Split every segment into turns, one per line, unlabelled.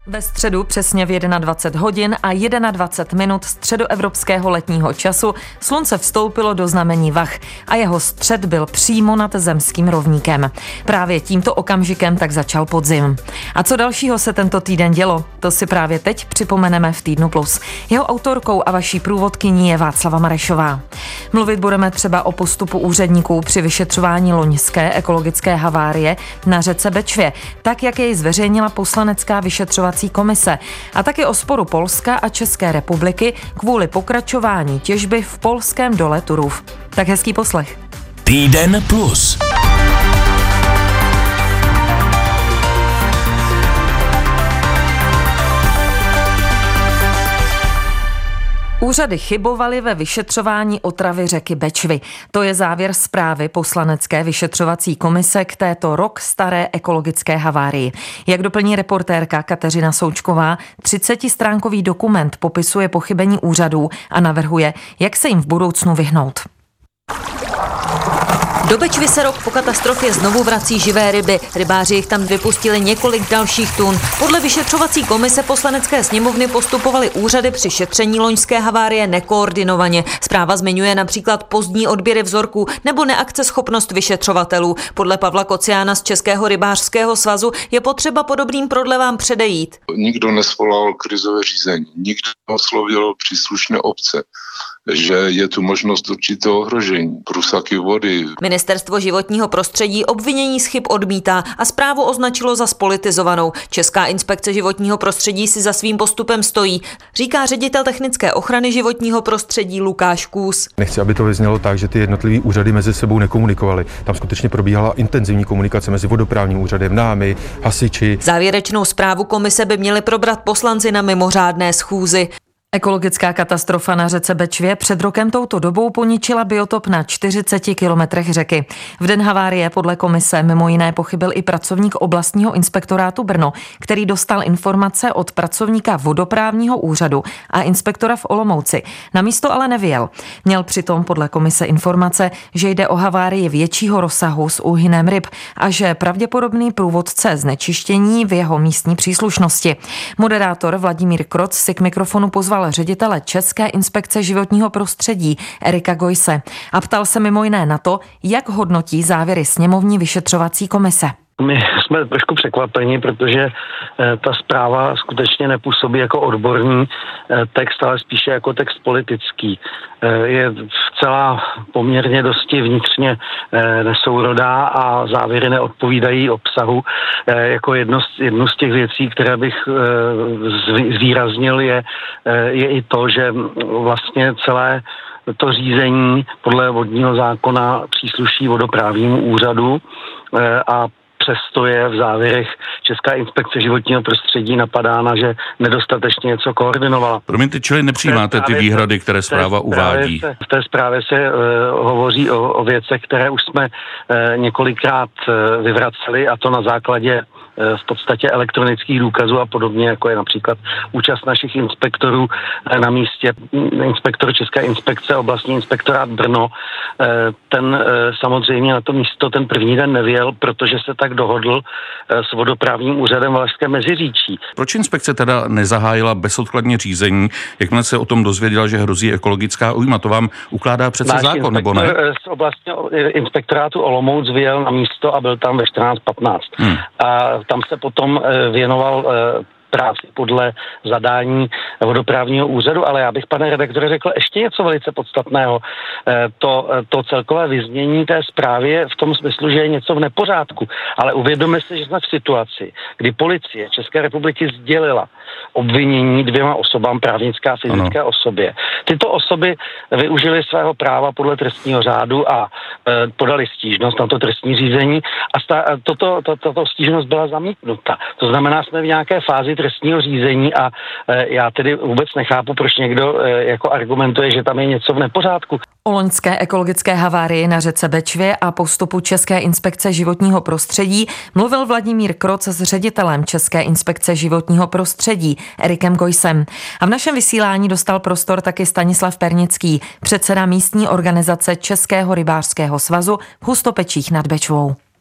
Ve středu přesně v 21 hodin a 21 minut středoevropského letního času slunce vstoupilo do znamení Vach a jeho střed byl přímo nad zemským rovníkem. Právě tímto okamžikem tak začal podzim. A co dalšího se tento týden dělo, to si právě teď připomeneme v Týdnu Plus. Jeho autorkou a vaší průvodkyní je Václava Marešová. Mluvit budeme třeba o postupu úředníků při vyšetřování loňské ekologické havárie na řece Bečvě, tak jak jej zveřejnila poslanecká vyšetřovací komise, a taky o sporu Polska a České republiky kvůli pokračování těžby v polském dole Turów. Tak hezký poslech.
Týden Plus.
Úřady chybovaly ve vyšetřování otravy řeky Bečvy. To je závěr zprávy poslanecké vyšetřovací komise k této rok staré ekologické havárii. Jak doplní reportérka Kateřina Součková, 30stránkový dokument popisuje pochybení úřadů a navrhuje, jak se jim v budoucnu vyhnout.
Do Bečvy se rok po katastrofě znovu vrací živé ryby. Rybáři jich tam vypustili několik dalších tun. Podle vyšetřovací komise poslanecké sněmovny postupovaly úřady při šetření loňské havárie nekoordinovaně. Zpráva zmiňuje například pozdní odběry vzorků nebo neakceschopnost vyšetřovatelů. Podle Pavla Kociána z Českého rybářského svazu je potřeba podobným prodlevám předejít.
Nikdo nesvolal krizové řízení, nikdo neoslovil příslušné obce, že je tu možnost určitého ohrožení, průsaky vody.
Ministerstvo životního prostředí obvinění z chyb odmítá a zprávu označilo za spolitizovanou. Česká inspekce životního prostředí si za svým postupem stojí, říká ředitel technické ochrany životního prostředí Lukáš Kůs.
Nechci, aby to vyznělo tak, že ty jednotlivé úřady mezi sebou nekomunikovaly. Tam skutečně probíhala intenzivní komunikace mezi vodoprávním úřadem, námi, hasiči.
Závěrečnou zprávu komise by měli probrat poslanci na mimořádné schůzi.
Ekologická katastrofa na řece Bečvě před rokem touto dobou poničila biotop na 40 kilometrech řeky. V den havárie podle komise mimo jiné pochybil i pracovník oblastního inspektorátu Brno, který dostal informace od pracovníka vodoprávního úřadu a inspektora v Olomouci. Na místo ale nevyjel. Měl přitom podle komise informace, že jde o havárii většího rozsahu s úhynem ryb a že pravděpodobný průvodce znečištění v jeho místní příslušnosti. Moderátor Vladimír Kroc si k mikrofonu pozval ředitele České inspekce životního prostředí Erika Geusse a ptal se mimo jiné na to, jak hodnotí závěry sněmovní vyšetřovací komise.
My jsme trošku překvapeni, protože ta zpráva skutečně nepůsobí jako odborný text, ale spíše jako text politický. Je celá poměrně dosti vnitřně nesourodá a závěry neodpovídají obsahu. Jako jednu z těch věcí, které bych zvýraznil, je i to, že vlastně celé to řízení podle vodního zákona přísluší vodoprávnímu úřadu a přesto je v závěrech Česká inspekce životního prostředí napadána, že nedostatečně něco koordinovala.
Promiňte, čili nepřijímáte ty výhrady, které zpráva uvádí?
V té zprávě se hovoří o věcech, které už jsme několikrát vyvraceli, a to na základě v podstatě elektronických důkazů a podobně, jako je například účast našich inspektorů na místě. Inspektor České inspekce, oblastní inspektorát Brno, ten samozřejmě na to místo ten první den nevěl, protože se tak dohodl s vodoprávním úřadem Valašské Meziříčí.
Proč inspekce teda nezahájila bezodkladně řízení, jakmile se o tom dozvěděla, že hrozí ekologická újma? To vám ukládá přece zákon, nebo ne?
Z oblastního inspektorátu Olomouc vyjel na místo a byl tam ve 14:15. A tam se potom věnoval práci podle zadání vodoprávního úřadu, ale já bych, pane redaktore, řekl ještě něco velice podstatného. To celkové vyznění té zprávy je v tom smyslu, že je něco v nepořádku, ale uvědomme si, že jsme v situaci, kdy policie České republiky sdělila obvinění 2 osobám, právnická a fyzické osobě. Tyto osoby využily svého práva podle trestního řádu a podali stížnost na to trestní řízení a tato stížnost byla zamítnuta. To znamená, jsme v nějaké fázi trestního řízení a já tedy vůbec nechápu, proč někdo jako argumentuje, že tam je něco v nepořádku.
O loňské ekologické havárii na řece Bečvě a postupu České inspekce životního prostředí mluvil Vladimír Kroc s ředitelem České inspekce životního prostředí Erikem Geussem. A v našem vysílání dostal prostor taky Stanislav Pernický, předseda místní organizace Českého rybářského svazu v Hustopečích nad Bečvou.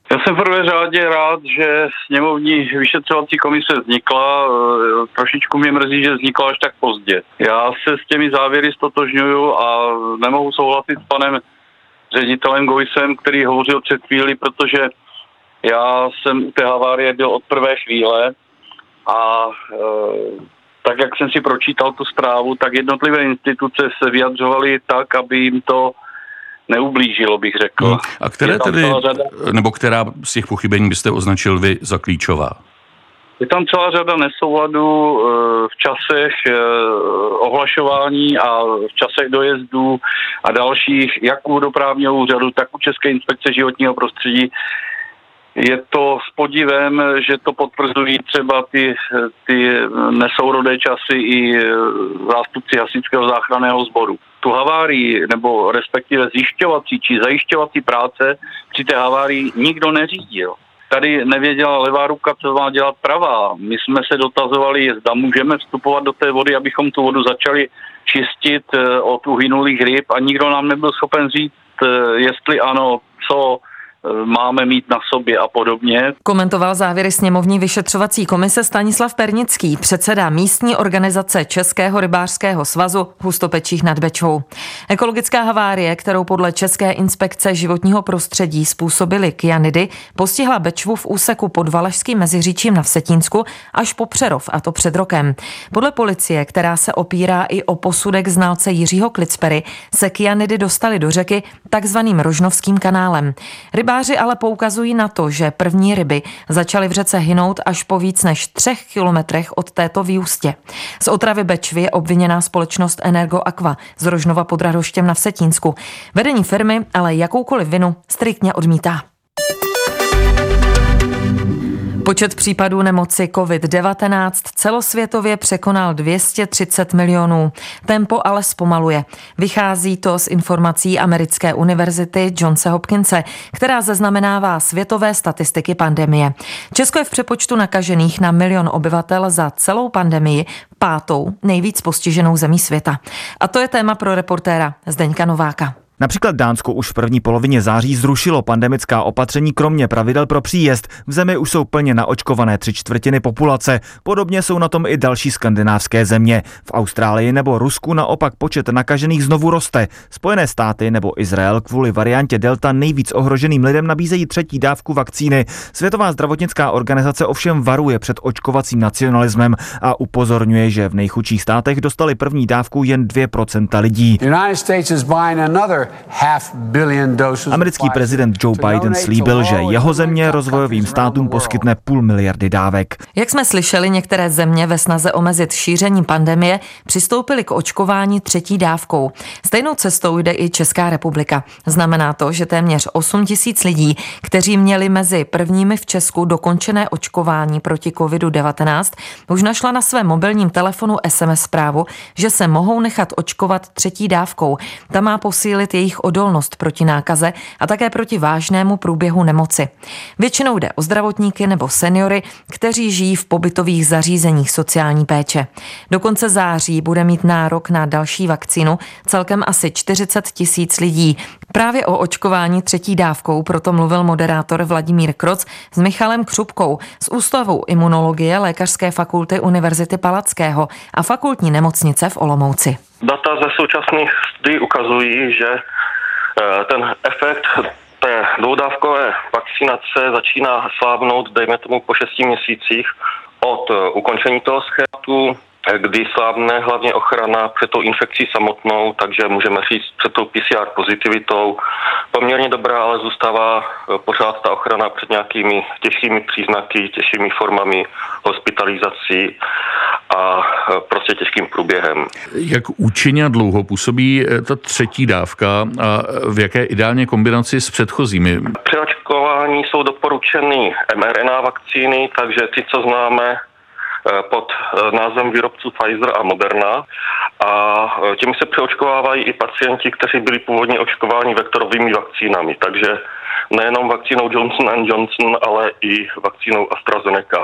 Já jsem v prvé řadě rád, že sněmovní vyšetřovací komise vznikla. Trošičku mě mrzí, že vznikla až tak pozdě. Já se s těmi závěry stotožňuju a nemohu souhlasit s panem ředitelem Geussem, který hovořil před chvíli, protože já jsem u té havárie byl od prvé chvíle a tak, jak jsem si pročítal tu zprávu, tak jednotlivé instituce se vyjadřovaly tak, aby jim to neublížilo, bych řekl.
A které tedy, nebo která z těch pochybení byste označil vy za klíčová?
Je tam celá řada nesouladů v časech ohlašování a v časech dojezdů a dalších, jak u vodoprávního úřadu, tak u České inspekce životního prostředí. Je to s podivem, že to potvrzují třeba ty nesourodé časy i zástupci hasičského záchranného sboru. Tu havárii, nebo respektive zjišťovací či zajišťovací práce při té havárii nikdo neřídil. Tady nevěděla levá ruka, co má dělat pravá. My jsme se dotazovali, zda můžeme vstupovat do té vody, abychom tu vodu začali čistit od uhynulých ryb a nikdo nám nebyl schopen říct, jestli ano, co máme mít na sobě a podobně.
Komentoval závěry sněmovní vyšetřovací komise Stanislav Pernický, předseda místní organizace Českého rybářského svazu v Hustopečích nad Bečvou. Ekologická havárie, kterou podle České inspekce životního prostředí způsobily kyanidy, postihla Bečvu v úseku pod Valašským Meziříčím na Vsetínsku až po Přerov, a to před rokem. Podle policie, která se opírá i o posudek znalce Jiřího Klicpery, se kyanidy dostaly do řeky takzvaným Rožnovským kanálem. Rybáři ale poukazují na to, že první ryby začaly v řece hynout až po víc než 3 kilometrech od této výustě. Z otravy Bečvy je obviněná společnost Energo Aqua z Rožnova pod Radhoštěm na Vsetínsku. Vedení firmy ale jakoukoliv vinu striktně odmítá. Počet případů nemoci COVID-19 celosvětově překonal 230 milionů. Tempo ale zpomaluje. Vychází to z informací americké univerzity Johnse Hopkinse, která zaznamenává světové statistiky pandemie. Česko je v přepočtu nakažených na 1 milion obyvatel za celou pandemii 5. nejvíc postiženou zemí světa. A to je téma pro reportéra Zdeňka Nováka.
Například Dánsko už v první polovině září zrušilo pandemická opatření kromě pravidel pro příjezd. V zemi už jsou plně naočkované 3/4 populace. Podobně jsou na tom i další skandinávské země. V Austrálii nebo Rusku naopak počet nakažených znovu roste. Spojené státy nebo Izrael kvůli variantě Delta nejvíc ohroženým lidem nabízejí 3. dávku vakcíny. Světová zdravotnická organizace ovšem varuje před očkovacím nacionalismem a upozorňuje, že v nejchudších státech dostali první dávku jen 2% lidí. Americký prezident Joe Biden slíbil, že jeho země rozvojovým státům poskytne 0,5 miliardy dávek.
Jak jsme slyšeli, některé země ve snaze omezit šíření pandemie přistoupily k očkování 3. dávkou. Stejnou cestou jde i Česká republika. Znamená to, že téměř 8 000 lidí, kteří měli mezi prvními v Česku dokončené očkování proti COVID-19, už našla na svém mobilním telefonu SMS zprávu, že se mohou nechat očkovat 3. dávkou. Ta má posílit jejich odolnost proti nákaze a také proti vážnému průběhu nemoci. Většinou jde o zdravotníky nebo seniory, kteří žijí v pobytových zařízeních sociální péče. Do konce září bude mít nárok na další vakcínu celkem asi 40 000 lidí. Právě o očkování 3. dávkou proto mluvil moderátor Vladimír Kroc s Michalem Křupkou z Ústavu imunologie Lékařské fakulty Univerzity Palackého a fakultní nemocnice v Olomouci.
Data ze současných studií ukazují, že ten efekt té dvoudávkové vakcinace začíná slábnout, dejme tomu, po 6 měsících od ukončení toho schématu, kdy slábne hlavně ochrana před tou infekcí samotnou, takže můžeme říct před tou PCR pozitivitou. Poměrně dobrá, ale zůstává pořád ta ochrana před nějakými těžkými příznaky, těžkými formami hospitalizací a prostě těžkým průběhem.
Jak účinně a dlouho působí ta 3. dávka a v jaké ideálně kombinaci s předchozími?
Při očkování jsou doporučeny mRNA vakcíny, takže ty, co známe pod názvem výrobců Pfizer a Moderna, a těmi se přeočkovávají i pacienti, kteří byli původně očkováni vektorovými vakcínami, takže nejenom vakcínou Johnson & Johnson, ale i vakcínou AstraZeneca.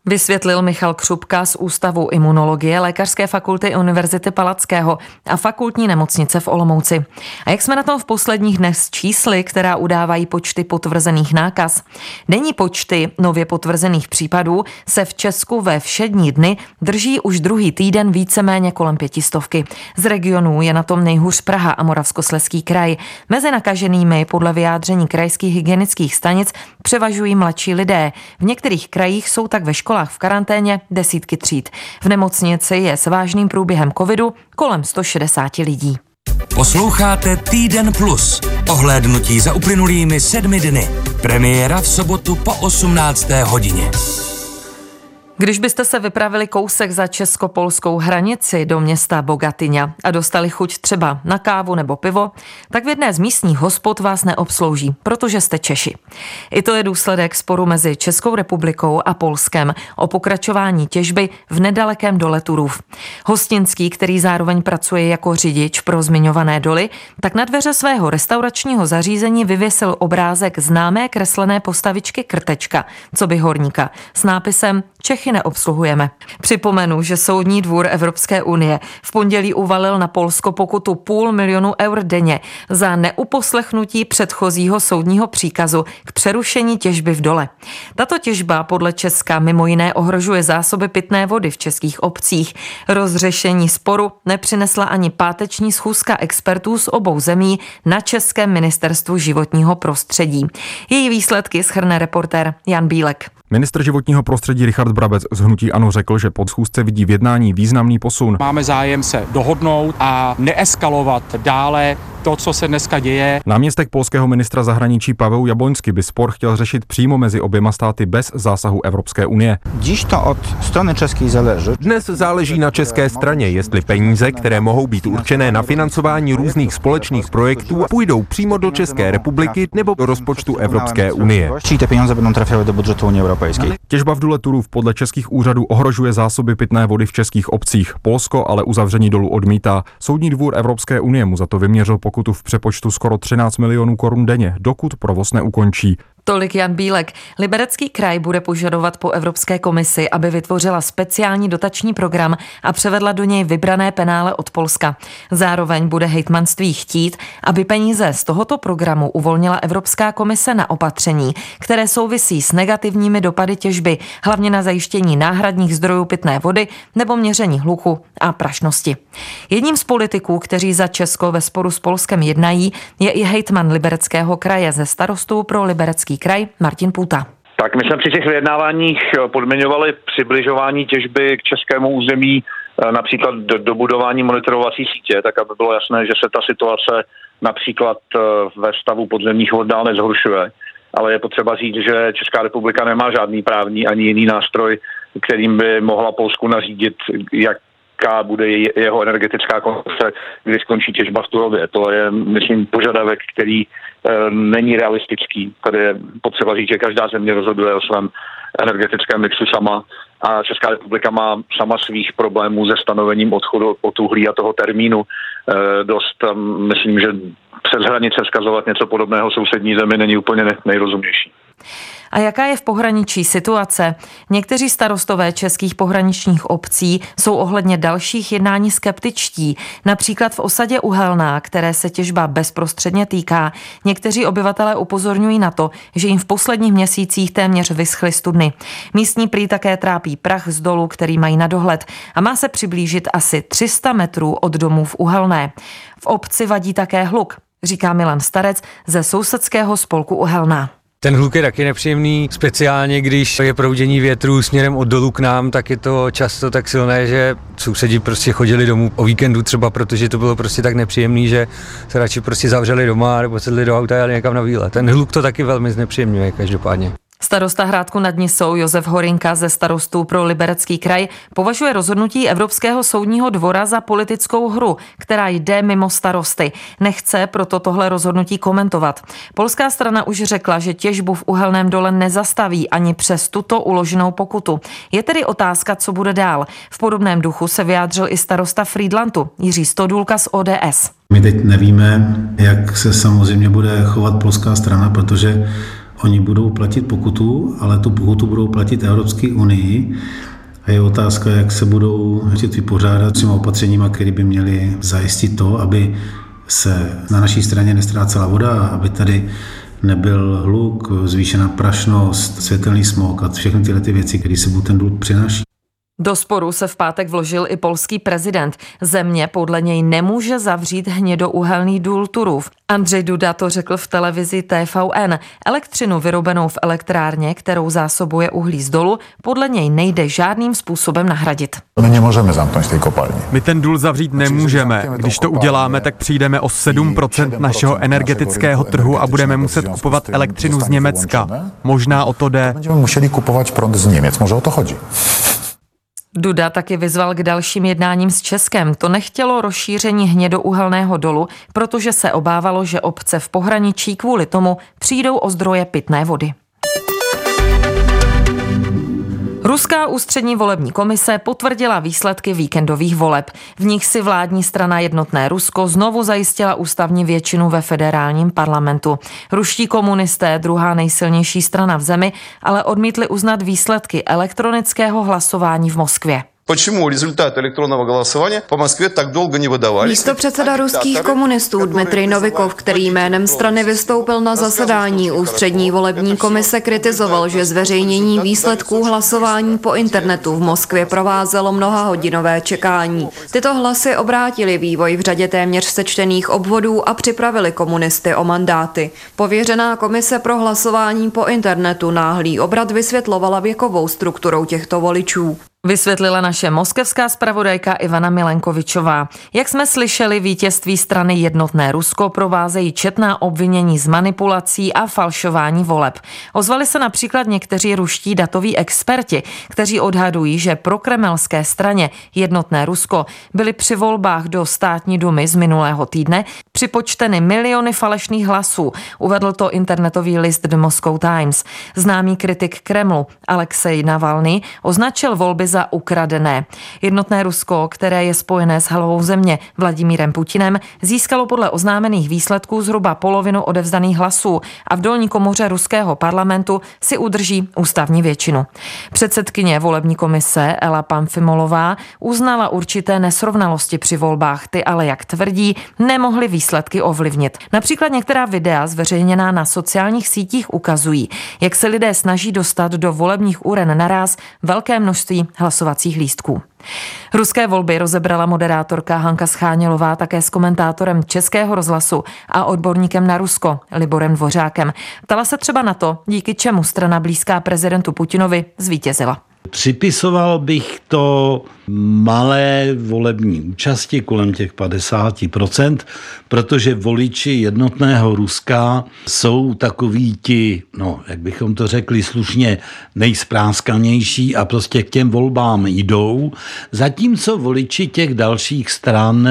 Vysvětlil Michal Křupka z Ústavu imunologie Lékařské fakulty Univerzity Palackého a fakultní nemocnice v Olomouci. A jak jsme na tom v posledních dnech s čísly, která udávají počty potvrzených nákaz? Denní počty nově potvrzených případů se v Česku ve všední dny drží už druhý týden víceméně kolem 500. Z regionů je na tom nejhůř Praha a Moravskoslezský kraj. Mezi nakaženými podle vyjádření krajských hygienických stanic převažují mladší lidé. V některých krajích jsou tak ve školách v karanténě desítky tříd. V nemocnici je s vážným průběhem covidu kolem 160 lidí.
Posloucháte Týden plus. Ohlédnutí za uplynulými 7 dny. Premiéra v sobotu po 18. hodině.
Když byste se vypravili kousek za česko-polskou hranici do města Bogatyňa a dostali chuť třeba na kávu nebo pivo, tak v jedné z místních hospod vás neobslouží, protože jste Češi. I to je důsledek sporu mezi Českou republikou a Polskem o pokračování těžby v nedalekém dole Turów. Hostinský, který zároveň pracuje jako řidič pro zmiňované doly, tak na dveře svého restauračního zařízení vyvěsil obrázek známé kreslené postavičky Krtečka, coby horníka, s nápisem Čechy neobsluhujeme. Připomenu, že Soudní dvůr Evropské unie v pondělí uvalil na Polsko pokutu 500 000 eur denně za neuposlechnutí předchozího soudního příkazu k přerušení těžby v dole. Tato těžba podle Česka mimo jiné ohrožuje zásoby pitné vody v českých obcích. Rozřešení sporu nepřinesla ani páteční schůzka expertů z obou zemí na Českém ministerstvu životního prostředí. Její výsledky shrne reportér Jan Bílek.
Ministr životního prostředí Richard Brabec z hnutí ANO řekl, že po schůzce vidí v jednání významný posun.
Máme zájem se dohodnout a neeskalovat dále to, co se dneska děje.
Náměstek polského ministra zahraničí Paweł Jabłoński by spor chtěl řešit přímo mezi oběma státy bez zásahu Evropské unie.
Dnes záleží na české straně, jestli peníze, které mohou být určené na financování různých společných projektů, půjdou přímo do České republiky nebo do rozpočtu Evropské unie.
Těžba v dole Turów podle českých úřadů ohrožuje zásoby pitné vody v českých obcích. Polsko ale uzavření dolu odmítá. Soudní dvůr Evropské unie mu za to vyměřil pokutu v přepočtu skoro 13 milionů korun denně, dokud provoz neukončí.
Tolik Jan Bílek. Liberecký kraj bude požadovat po Evropské komisi, aby vytvořila speciální dotační program a převedla do něj vybrané penále od Polska. Zároveň bude hejtmanství chtít, aby peníze z tohoto programu uvolnila Evropská komise na opatření, které souvisí s negativními dopady těžby, hlavně na zajištění náhradních zdrojů pitné vody nebo měření hluku a prašnosti. Jedním z politiků, kteří za Česko ve sporu s Polskem jednají, je i hejtman Libereckého kraje ze Starostů pro Liberecký kraj Martin Půta.
Tak my jsme při těch vyjednáváních podmiňovali přibližování těžby k českému území, například do budování monitorovací sítě, tak aby bylo jasné, že se ta situace například ve stavu podzemních vod dál nezhoršuje. Ale je potřeba říct, že Česká republika nemá žádný právní ani jiný nástroj, kterým by mohla Polsku nařídit, jaká bude jeho energetická koncepce, kdy skončí těžba v Turově. To je, myslím, požadavek, který není realistický. Tady je potřeba říct, že každá země rozhoduje o svém energetickém mixu sama a Česká republika má sama svých problémů se stanovením odchodu od uhlí a toho termínu. Dost, myslím, že přes hranice vzkazovat něco podobného sousední zemi není úplně nejrozumnější.
A jaká je v pohraničí situace? Někteří starostové českých pohraničních obcí jsou ohledně dalších jednání skeptičtí. Například v osadě Uhelná, které se těžba bezprostředně týká. Někteří obyvatelé upozorňují na to, že jim v posledních měsících téměř vyschly studny. Místní prý také trápí prach z dolu, který mají na dohled a má se přiblížit asi 300 metrů od domů v Uhelné. V obci vadí také hluk, říká Milan Starec ze sousedského spolku Uhelná.
Ten hluk je taky nepříjemný, speciálně když je proudění větru směrem od dolu k nám, tak je to často tak silné, že sousedi prostě chodili domů o víkendu třeba, protože to bylo prostě tak nepříjemný, že se radši prostě zavřeli doma nebo sedli do auta a jeli někam na výlet. Ten hluk to taky velmi znepříjemňuje každopádně.
Starosta Hrádku nad Nisou Josef Horinka ze Starostů pro Liberecký kraj považuje rozhodnutí Evropského soudního dvora za politickou hru, která jde mimo starosty. Nechce proto tohle rozhodnutí komentovat. Polská strana už řekla, že těžbu v uhelném dole nezastaví ani přes tuto uloženou pokutu. Je tedy otázka, co bude dál. V podobném duchu se vyjádřil i starosta Frýdlantu Jiří Stodůlka z ODS.
My teď nevíme, jak se samozřejmě bude chovat polská strana, protože Oni budou platit pokutu, ale tu pokutu budou platit Evropské unii. A je otázka, jak se budou vypořádat s těmi opatřeními, které by měly zajistit to, aby se na naší straně nestrácela voda, aby tady nebyl hluk, zvýšená prašnost, světelný smog a všechny tyhle ty věci, které sebou ten důl přináší.
Do sporu se v pátek vložil i polský prezident. Země podle něj nemůže zavřít hnědouhelný důl Turów. Andrzej Duda to řekl v televizi TVN. Elektřinu vyrobenou v elektrárně, kterou zásobuje uhlí z dolu, podle něj nejde žádným způsobem nahradit.
My nemůžeme zamknout té kopalny.
My ten důl zavřít nemůžeme. Když to uděláme, tak přijdeme o 7% našeho energetického trhu a budeme muset kupovat elektřinu z Německa. Možná o to jde.
Budeme museli kupovat prąd z Němec, možná o to chodí.
Duda taky vyzval k dalším jednáním s Českem. To nechtělo rozšíření hnědouhelného dolu, protože se obávalo, že obce v pohraničí kvůli tomu přijdou o zdroje pitné vody. Ruská ústřední volební komise potvrdila výsledky víkendových voleb. V nich si vládní strana Jednotné Rusko znovu zajistila ústavní většinu ve federálním parlamentu. Ruští komunisté, druhá nejsilnější strana v zemi, ale odmítli uznat výsledky elektronického hlasování v Moskvě.
Почему результаты электронного голосования по Москве так долго не выдавались?
Místopředseda ruských komunistů Dmitrij Novikov, který jménem strany vystoupil na zasedání ústřední volební komise, kritizoval, že zveřejnění výsledků hlasování po internetu v Moskvě provázelo mnohahodinové čekání. Tyto hlasy obrátily vývoj v řadě téměř sečtených obvodů a připravili komunisty o mandáty. Pověřená komise pro hlasování po internetu náhlý obrat vysvětlovala věkovou strukturou těchto voličů.
Vysvětlila naše moskevská zpravodajka Ivana Milenkovičová. Jak jsme slyšeli, vítězství strany Jednotné Rusko provázejí četná obvinění z manipulací a falšování voleb. Ozvali se například někteří ruští datoví experti, kteří odhadují, že pro kremelské straně Jednotné Rusko byly při volbách do státní dumy z minulého týdne připočteny miliony falešných hlasů. Uvedl to internetový list The Moscow Times. Známý kritik Kremlu Alexej Navalny označil volby za ukradené. Jednotné Rusko, které je spojené s hlavou země Vladimírem Putinem, získalo podle oznámených výsledků zhruba polovinu odevzdaných hlasů a v dolní komoře ruského parlamentu si udrží ústavní většinu. Předsedkyně volební komise Ela Pamfimolová uznala určité nesrovnalosti při volbách, ty ale, jak tvrdí, nemohly výsledky ovlivnit. Například některá videa zveřejněná na sociálních sítích ukazují, jak se lidé snaží dostat do volebních uren naráz velké množství hlasovacích lístků. Ruské volby rozebrala moderátorka Hanka Schánělová také s komentátorem Českého rozhlasu a odborníkem na Rusko Liborem Dvořákem. Ptala se třeba na to, díky čemu strana blízká prezidentu Putinovi zvítězila.
Připisoval bych to malé volební účasti kolem těch 50%, protože voliči Jednotného Ruska jsou takoví ti, jak bychom to řekli slušně, nejspráskanější a prostě k těm volbám jdou, zatímco voliči těch dalších stran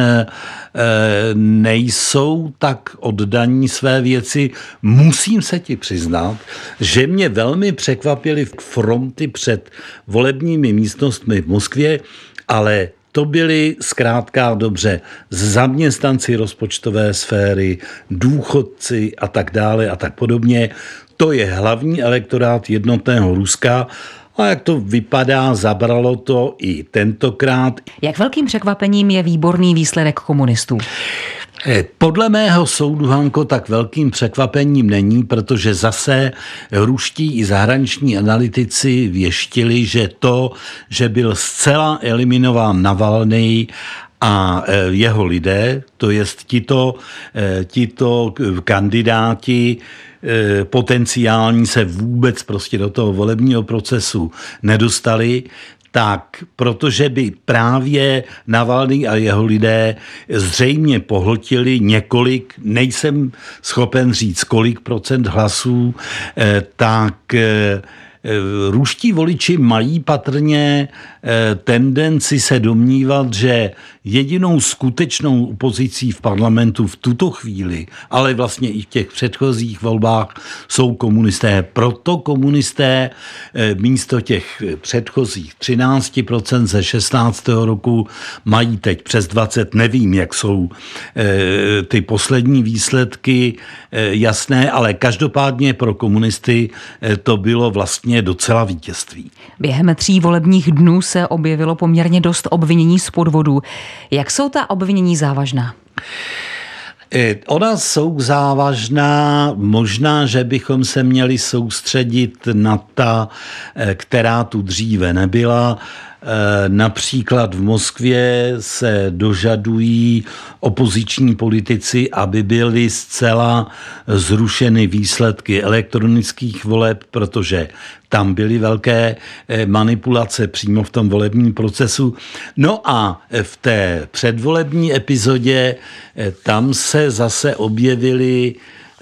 nejsou tak oddaní své věci. Musím se ti přiznat, že mě velmi překvapily fronty před volebními místnostmi v Moskvě, ale to byli zkrátka dobře zaměstnanci rozpočtové sféry, důchodci a tak dále a tak podobně. To je hlavní elektorát Jednotného Ruska. A jak to vypadá, zabralo to i tentokrát.
Jak velkým překvapením je výborný výsledek komunistů?
Podle mého soudu, Hanko, tak velkým překvapením není, protože zase ruští i zahraniční analytici věštili, že to, že byl zcela eliminován Navalny a jeho lidé, to jest tito kandidáti potenciální se vůbec prostě do toho volebního procesu nedostali, tak protože by právě Navalny a jeho lidé zřejmě pohltili několik, nejsem schopen říct kolik procent hlasů, tak ruští voliči mají patrně tendenci se domnívat, že jedinou skutečnou opozicí v parlamentu v tuto chvíli, ale vlastně i v těch předchozích volbách jsou komunisté. Proto komunisté místo těch předchozích 13% ze 16. roku mají teď přes 20, nevím, jak jsou ty poslední výsledky jasné, ale každopádně pro komunisty to bylo vlastně docela vítězství.
Během 3 volebních dnů se objevilo poměrně dost obvinění z podvodu. Jak jsou ta obvinění závažná?
Ona jsou závažná, možná, že bychom se měli soustředit na ta, která tu dříve nebyla. Například v Moskvě se dožadují opoziční politici, aby byly zcela zrušeny výsledky elektronických voleb, protože tam byly velké manipulace přímo v tom volebním procesu. No a v té předvolební epizodě tam se zase objevily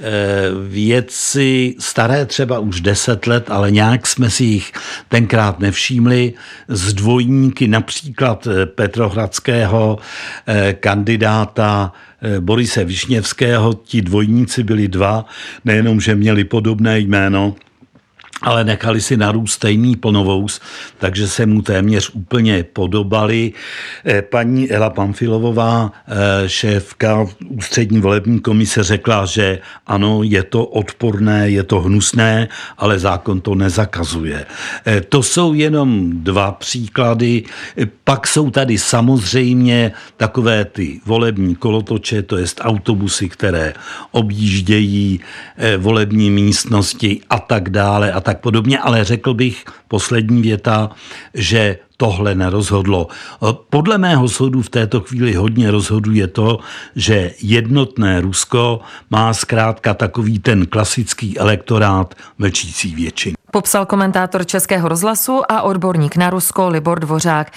věci staré třeba už 10 let, ale nějak jsme si jich tenkrát nevšímli, z dvojníky například petrohradského kandidáta Borise Višněvského. Ti dvojníci byli 2, nejenom, že měli podobné jméno, ale nechali si narůst stejný plnovous, takže se mu téměř úplně podobali. Paní Ela Pamfilovová, šéfka ústřední volební komise, řekla, že ano, je to odporné, je to hnusné, ale zákon to nezakazuje. To jsou jenom 2 příklady. Pak jsou tady samozřejmě takové ty volební kolotoče, to jest autobusy, které objíždějí volební místnosti a tak dále a tak podobně, ale řekl bych, poslední věta, že tohle nerozhodlo. Podle mého soudu v této chvíli hodně rozhoduje to, že jednotné Rusko má zkrátka takový ten klasický elektorát mlčící většiny.
Popsal komentátor Českého rozhlasu a odborník na Rusko Libor Dvořák.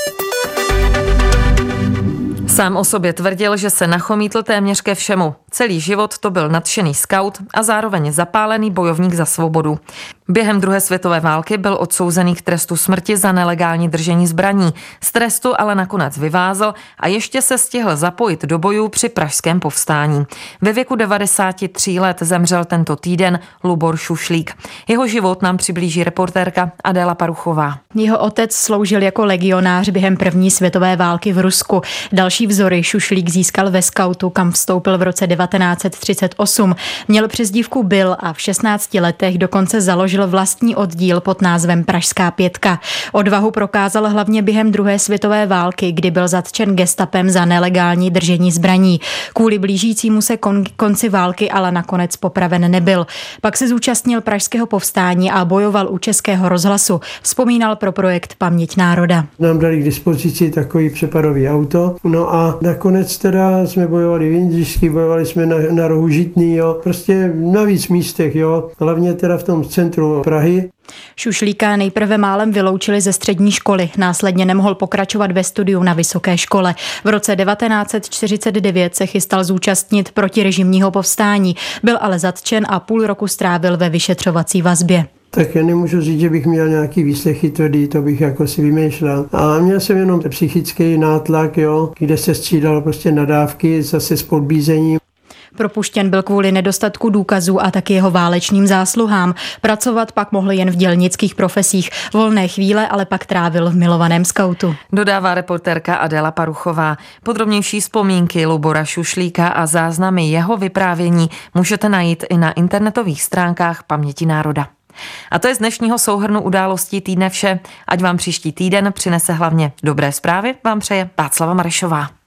Sám o sobě tvrdil, že se nachomítl téměř ke všemu. Celý život to byl nadšený skaut a zároveň zapálený bojovník za svobodu. Během druhé světové války byl odsouzený k trestu smrti za nelegální držení zbraní. Z trestu ale nakonec vyvázl a ještě se stihl zapojit do bojů při pražském povstání. Ve věku 93 let zemřel tento týden Lubor Šušlík. Jeho život nám přiblíží reportérka Adéla Paruchová.
Jeho otec sloužil jako legionář během první světové války v Rusku. Další vzory Šušlík získal ve skautu, kam vstoupil v roce 1938. Měl přezdívku Bill a v 16 letech dokonce založil vlastní oddíl pod názvem Pražská pětka. Odvahu prokázal hlavně během druhé světové války, kdy byl zatčen gestapem za nelegální držení zbraní. Kvůli blížícímu se konci války ale nakonec popraven nebyl. Pak se zúčastnil pražského povstání a bojoval u Českého rozhlasu. Vzpomínal pro projekt Paměť národa.
Nám dali k dispozici takový přepadový auto. No a nakonec teda jsme bojovali v Jindřišti, bojovali jsme na rohu Žitný, jo. Prostě na víc místech, jo. Hlavně teda v tom centru Prahy.
Šušlíka nejprve málem vyloučili ze střední školy, následně nemohl pokračovat ve studiu na vysoké škole. V roce 1949 se chystal zúčastnit protirežimního povstání, byl ale zatčen a půl roku strávil ve vyšetřovací vazbě.
Tak já nemůžu říct, že bych měl nějaký výslechy tvrdý, to bych jako si vymýšlel. A měl jsem jenom psychický nátlak, jo, kde se střídalo prostě nadávky, zase s podbízením.
Propuštěn byl kvůli nedostatku důkazů a taky jeho válečným zásluhám. Pracovat pak mohl jen v dělnických profesích. Volné chvíle ale pak trávil v milovaném skautu.
Dodává reportérka Adéla Paruchová. Podrobnější vzpomínky Lubora Šušlíka a záznamy jeho vyprávění můžete najít i na internetových stránkách Paměti národa. A to je z dnešního souhrnu událostí týdne vše. Ať vám příští týden přinese hlavně dobré zprávy, vám přeje Václava Marešová.